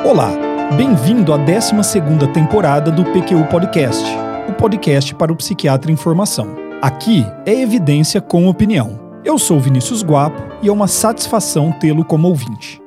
Olá, bem-vindo à 12ª temporada do PQU Podcast, o podcast para o psiquiatra em formação. Aqui é evidência com opinião. Eu sou Vinícius Guapo e é uma satisfação tê-lo como ouvinte.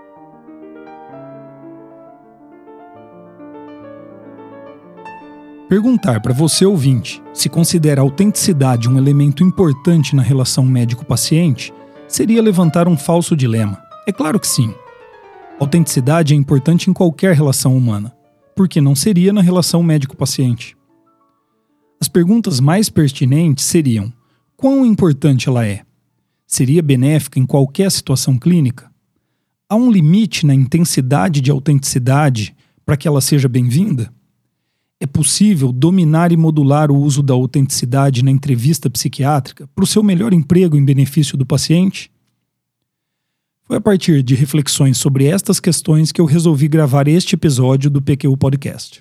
Perguntar para você, ouvinte, se considera a autenticidade um elemento importante na relação médico-paciente seria levantar um falso dilema. É claro que sim. Autenticidade é importante em qualquer relação humana, porque não seria na relação médico-paciente. As perguntas mais pertinentes seriam: quão importante ela é? Seria benéfica em qualquer situação clínica? Há um limite na intensidade de autenticidade para que ela seja bem-vinda? É possível dominar e modular o uso da autenticidade na entrevista psiquiátrica para o seu melhor emprego em benefício do paciente? Foi a partir de reflexões sobre estas questões que eu resolvi gravar este episódio do PQU Podcast.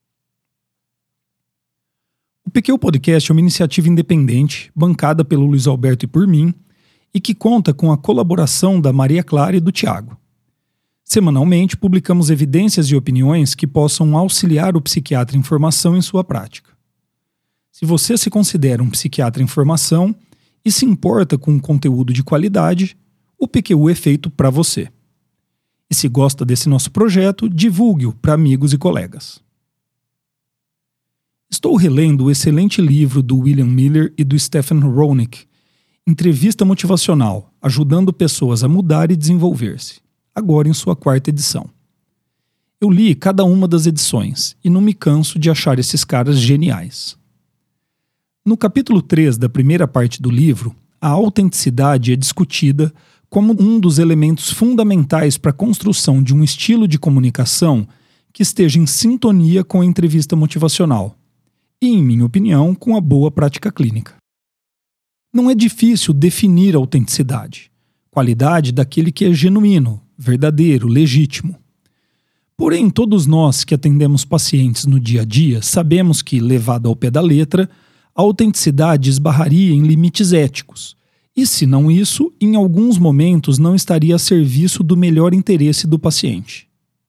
O PQU Podcast é uma iniciativa independente, bancada pelo Luiz Alberto e por mim, e que conta com a colaboração da Maria Clara e do Tiago. Semanalmente, publicamos evidências e opiniões que possam auxiliar o psiquiatra em formação em sua prática. Se você se considera um psiquiatra em formação e se importa com um conteúdo de qualidade, o PQU é feito para você. E se gosta desse nosso projeto, divulgue-o para amigos e colegas. Estou relendo o excelente livro do William Miller e do Stephen Roenick, Entrevista Motivacional, ajudando pessoas a mudar e desenvolver-se, agora em sua 4ª edição. Eu li cada uma das edições e não me canso de achar esses caras geniais. No capítulo 3 da primeira parte do livro, a autenticidade é discutida como um dos elementos fundamentais para a construção de um estilo de comunicação que esteja em sintonia com a entrevista motivacional e, em minha opinião, com a boa prática clínica. Não é difícil definir a autenticidade, qualidade daquele que é genuíno, verdadeiro, legítimo. Porém, todos nós que atendemos pacientes no dia a dia sabemos que, levado ao pé da letra, a autenticidade esbarraria em limites éticos. E, se não isso, em alguns momentos não estaria a serviço do melhor interesse do paciente.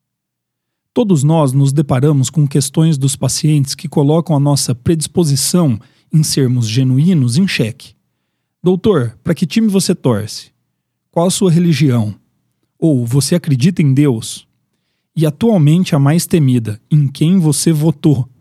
Todos nós nos deparamos com questões dos pacientes que colocam a nossa predisposição em sermos genuínos em xeque. Doutor, para que time você torce? Qual a sua religião? Ou você acredita em Deus? E atualmente a mais temida, em quem você votou?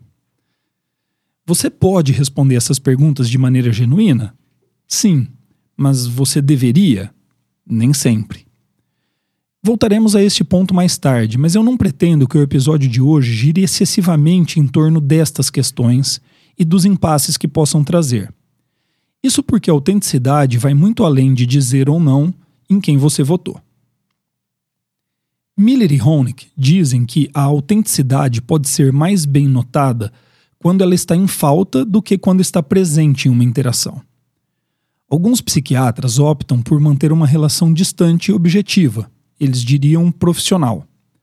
Você pode responder essas perguntas de maneira genuína? Sim. Mas você deveria? Nem sempre. Voltaremos a este ponto mais tarde, mas eu não pretendo que o episódio de hoje gire excessivamente em torno destas questões e dos impasses que possam trazer. Isso porque a autenticidade vai muito além de dizer ou não em quem você votou. Miller e Roenick dizem que a autenticidade pode ser mais bem notada quando ela está em falta do que quando está presente em uma interação. Alguns psiquiatras optam por manter uma relação distante e objetiva, eles diriam profissional.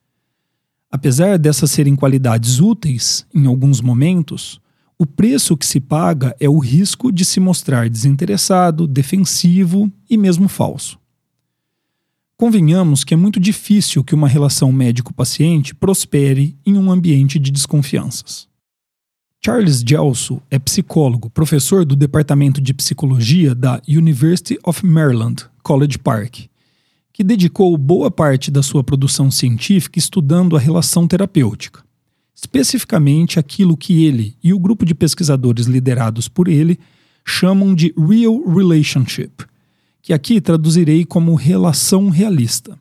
Apesar dessas serem qualidades úteis, em alguns momentos, o preço que se paga é o risco de se mostrar desinteressado, defensivo e mesmo falso. Convenhamos que é muito difícil que uma relação médico-paciente prospere em um ambiente de desconfianças. Charles Gelso é psicólogo, professor do Departamento de Psicologia da University of Maryland, College Park, que dedicou boa parte da sua produção científica estudando a relação terapêutica, especificamente aquilo que ele e o grupo de pesquisadores liderados por ele chamam de Real Relationship, que aqui traduzirei como relação realista.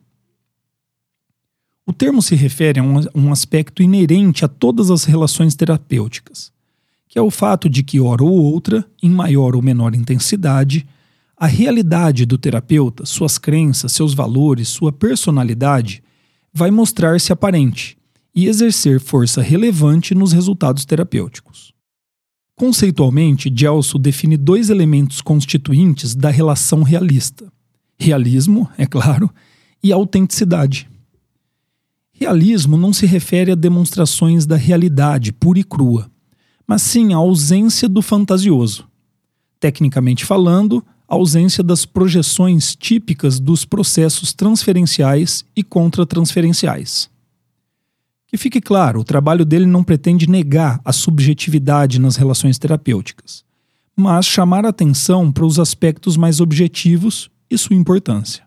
O termo se refere a um aspecto inerente a todas as relações terapêuticas, que é o fato de que, hora ou outra, em maior ou menor intensidade, a realidade do terapeuta, suas crenças, seus valores, sua personalidade, vai mostrar-se aparente e exercer força relevante nos resultados terapêuticos. Conceitualmente, Gelso define 2 elementos constituintes da relação realista: realismo, é claro, e autenticidade. Realismo não se refere a demonstrações da realidade pura e crua, mas sim a ausência do fantasioso. Tecnicamente falando, a ausência das projeções típicas dos processos transferenciais e contratransferenciais. Que fique claro, o trabalho dele não pretende negar a subjetividade nas relações terapêuticas, mas chamar a atenção para os aspectos mais objetivos e sua importância.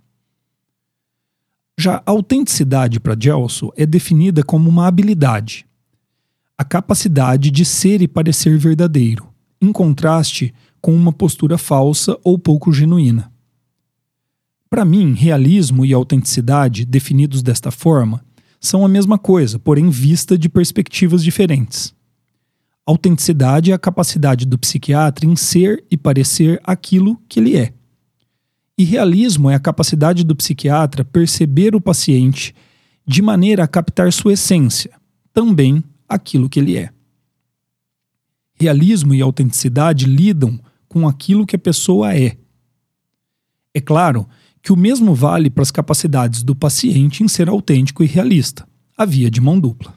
Já a autenticidade para Gelso é definida como uma habilidade, a capacidade de ser e parecer verdadeiro, em contraste com uma postura falsa ou pouco genuína. Para mim, realismo e autenticidade, definidos desta forma, são a mesma coisa, porém vista de perspectivas diferentes. Autenticidade é a capacidade do psiquiatra em ser e parecer aquilo que ele é. E realismo é a capacidade do psiquiatra perceber o paciente de maneira a captar sua essência, também aquilo que ele é. Realismo e autenticidade lidam com aquilo que a pessoa é. É claro que o mesmo vale para as capacidades do paciente em ser autêntico e realista, a via de mão dupla.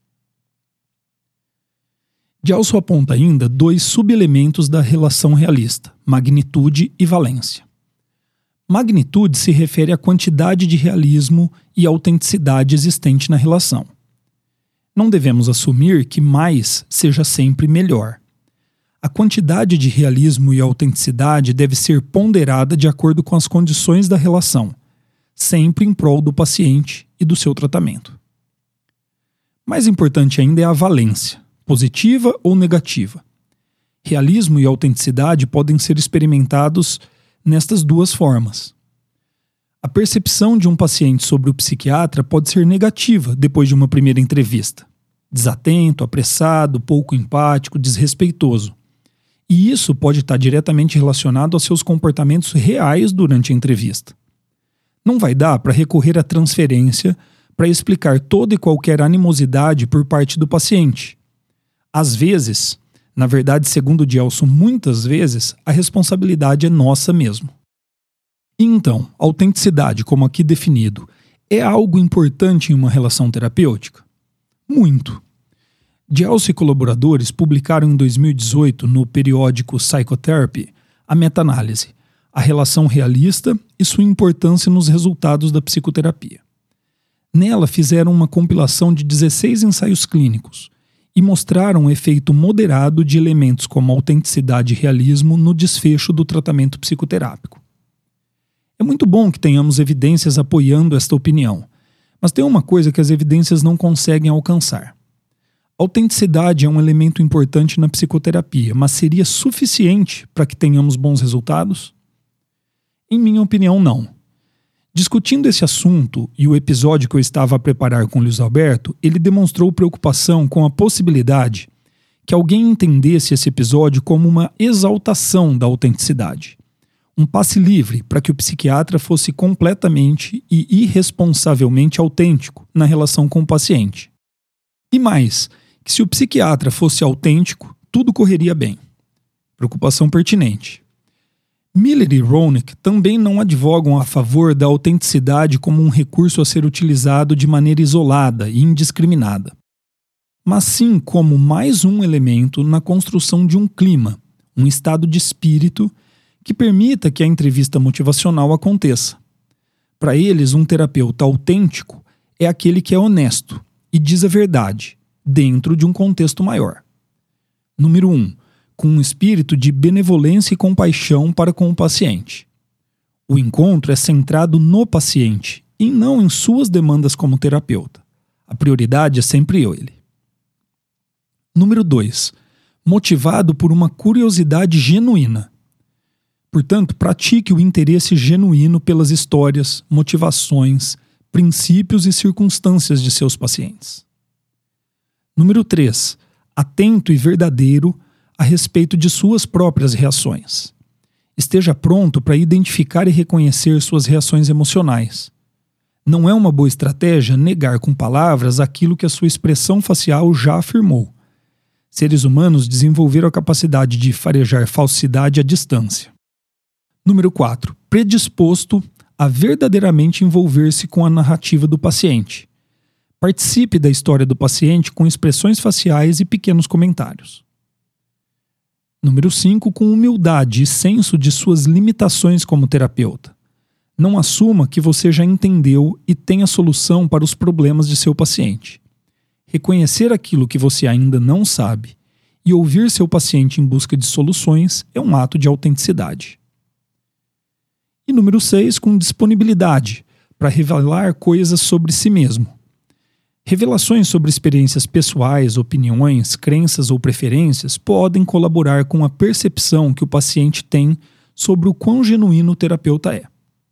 Gelso aponta ainda 2 subelementos da relação realista, magnitude e valência. Magnitude se refere à quantidade de realismo e autenticidade existente na relação. Não devemos assumir que mais seja sempre melhor. A quantidade de realismo e autenticidade deve ser ponderada de acordo com as condições da relação, sempre em prol do paciente e do seu tratamento. Mais importante ainda é a valência, positiva ou negativa. Realismo e autenticidade podem ser experimentados nestas 2 formas. A percepção de um paciente sobre o psiquiatra pode ser negativa depois de uma primeira entrevista. Desatento, apressado, pouco empático, desrespeitoso. E isso pode estar diretamente relacionado aos seus comportamentos reais durante a entrevista. Não vai dar para recorrer à transferência para explicar toda e qualquer animosidade por parte do paciente. Às vezes, na verdade, segundo Gelso, muitas vezes, a responsabilidade é nossa mesmo. E então, autenticidade, como aqui definido, é algo importante em uma relação terapêutica? Muito. Gelso e colaboradores publicaram em 2018 no periódico Psychotherapy a meta-análise, a relação realista e sua importância nos resultados da psicoterapia. Nela fizeram uma compilação de 16 ensaios clínicos e mostraram um efeito moderado de elementos como autenticidade e realismo no desfecho do tratamento psicoterápico. É muito bom que tenhamos evidências apoiando esta opinião, mas tem uma coisa que as evidências não conseguem alcançar. Autenticidade é um elemento importante na psicoterapia, mas seria suficiente para que tenhamos bons resultados? Em minha opinião, não. Discutindo esse assunto e o episódio que eu estava a preparar com Luiz Alberto, ele demonstrou preocupação com a possibilidade que alguém entendesse esse episódio como uma exaltação da autenticidade. Um passe livre para que o psiquiatra fosse completamente e irresponsavelmente autêntico na relação com o paciente. E mais, que se o psiquiatra fosse autêntico, tudo correria bem. Preocupação pertinente. Miller e Roenick também não advogam a favor da autenticidade como um recurso a ser utilizado de maneira isolada e indiscriminada, mas sim como mais um elemento na construção de um clima, um estado de espírito que permita que a entrevista motivacional aconteça. Para eles, um terapeuta autêntico é aquele que é honesto e diz a verdade, dentro de um contexto maior. Número 1. Com um espírito de benevolência e compaixão para com o paciente. O encontro é centrado no paciente e não em suas demandas como terapeuta. A prioridade é sempre ele. Número 2. Motivado por uma curiosidade genuína. Portanto, pratique o interesse genuíno pelas histórias, motivações, princípios e circunstâncias de seus pacientes. Número 3. Atento e verdadeiro a respeito de suas próprias reações. Esteja pronto para identificar e reconhecer suas reações emocionais. Não é uma boa estratégia negar com palavras aquilo que a sua expressão facial já afirmou. Seres humanos desenvolveram a capacidade de farejar falsidade à distância. Número 4. Predisposto a verdadeiramente envolver-se com a narrativa do paciente. Participe da história do paciente com expressões faciais e pequenos comentários. Número 5. Com humildade e senso de suas limitações como terapeuta. Não assuma que você já entendeu e tem a solução para os problemas de seu paciente. reconhecer aquilo que você ainda não sabe e ouvir seu paciente em busca de soluções é um ato de autenticidade. E número 6, com disponibilidade, para revelar coisas sobre si mesmo. Revelações sobre experiências pessoais, opiniões, crenças ou preferências podem colaborar com a percepção que o paciente tem sobre o quão genuíno o terapeuta é.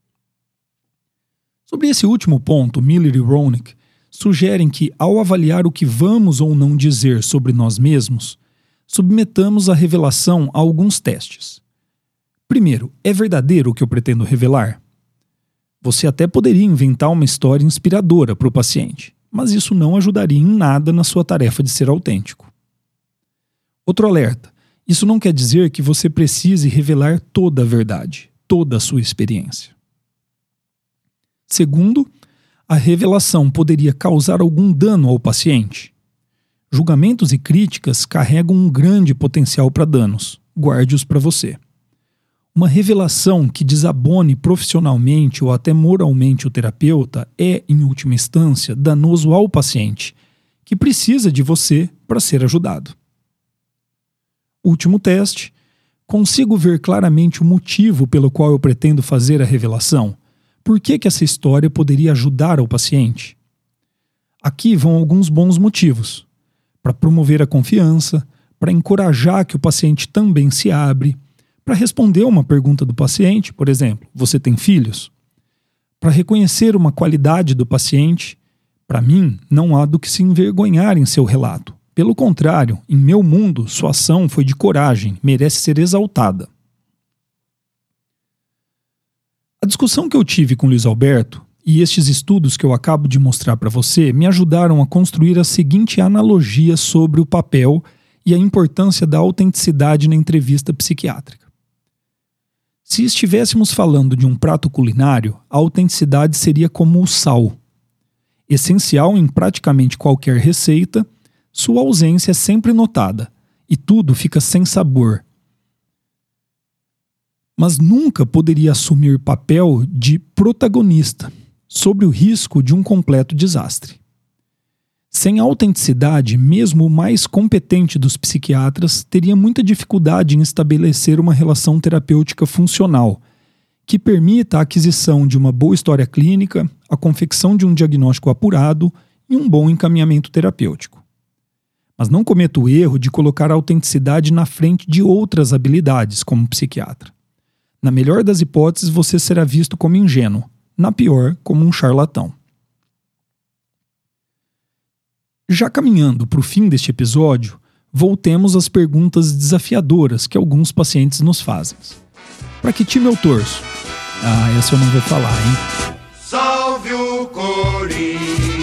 Sobre esse último ponto, Miller e Roenick sugerem que, ao avaliar o que vamos ou não dizer sobre nós mesmos, submetamos a revelação a alguns testes. Primeiro, é verdadeiro o que eu pretendo revelar? Você até poderia inventar uma história inspiradora para o paciente, mas isso não ajudaria em nada na sua tarefa de ser autêntico. Outro alerta: isso não quer dizer que você precise revelar toda a verdade, toda a sua experiência. Segundo, a revelação poderia causar algum dano ao paciente. Julgamentos e críticas carregam um grande potencial para danos. Guarde-os para você. Uma revelação que desabone profissionalmente ou até moralmente o terapeuta é, em última instância, danoso ao paciente, que precisa de você para ser ajudado. Último teste: consigo ver claramente o motivo pelo qual eu pretendo fazer a revelação? Por que essa história poderia ajudar ao paciente? Aqui vão alguns bons motivos: para promover a confiança, para encorajar que o paciente também se abre, para responder uma pergunta do paciente, por exemplo, você tem filhos? Para reconhecer uma qualidade do paciente. Para mim, não há do que se envergonhar em seu relato. Pelo contrário, em meu mundo, sua ação foi de coragem, merece ser exaltada. A discussão que eu tive com Luiz Alberto e estes estudos que eu acabo de mostrar para você me ajudaram a construir a seguinte analogia sobre o papel e a importância da autenticidade na entrevista psiquiátrica. Se estivéssemos falando de um prato culinário, a autenticidade seria como o sal. Essencial em praticamente qualquer receita, sua ausência é sempre notada e tudo fica sem sabor. Mas nunca poderia assumir papel de protagonista, sob o risco de um completo desastre. Sem autenticidade, mesmo o mais competente dos psiquiatras teria muita dificuldade em estabelecer uma relação terapêutica funcional, que permita a aquisição de uma boa história clínica, a confecção de um diagnóstico apurado e um bom encaminhamento terapêutico. Mas não cometa o erro de colocar a autenticidade na frente de outras habilidades como psiquiatra. Na melhor das hipóteses, você será visto como ingênuo, na pior, como um charlatão. Já caminhando para o fim deste episódio, voltemos às perguntas desafiadoras que alguns pacientes nos fazem. Para que time eu torço? Essa eu não vou falar, hein? Salve o Corinthians,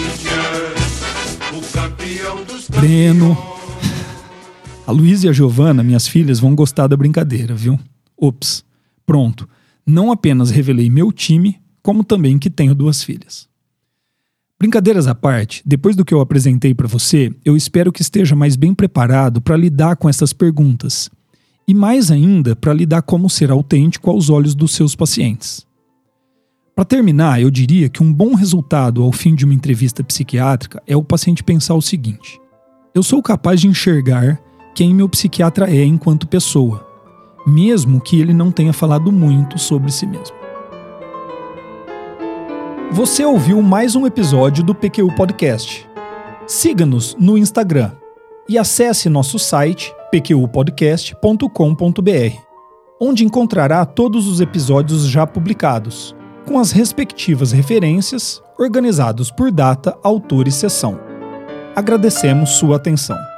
o campeão dos Breno. A Luísa e a Giovana, minhas filhas, vão gostar da brincadeira, viu? Ops. Pronto, não apenas revelei meu time, como também que tenho 2 filhas. Brincadeiras à parte, depois do que eu apresentei para você, eu espero que esteja mais bem preparado para lidar com essas perguntas. E mais ainda, para lidar como ser autêntico aos olhos dos seus pacientes. Para terminar, eu diria que um bom resultado ao fim de uma entrevista psiquiátrica é o paciente pensar o seguinte: eu sou capaz de enxergar quem meu psiquiatra é enquanto pessoa, mesmo que ele não tenha falado muito sobre si mesmo. Você ouviu mais um episódio do PQU Podcast. Siga-nos no Instagram e acesse nosso site pqpodcast.com.br, onde encontrará todos os episódios já publicados, com as respectivas referências, organizados por data, autor e sessão. Agradecemos sua atenção.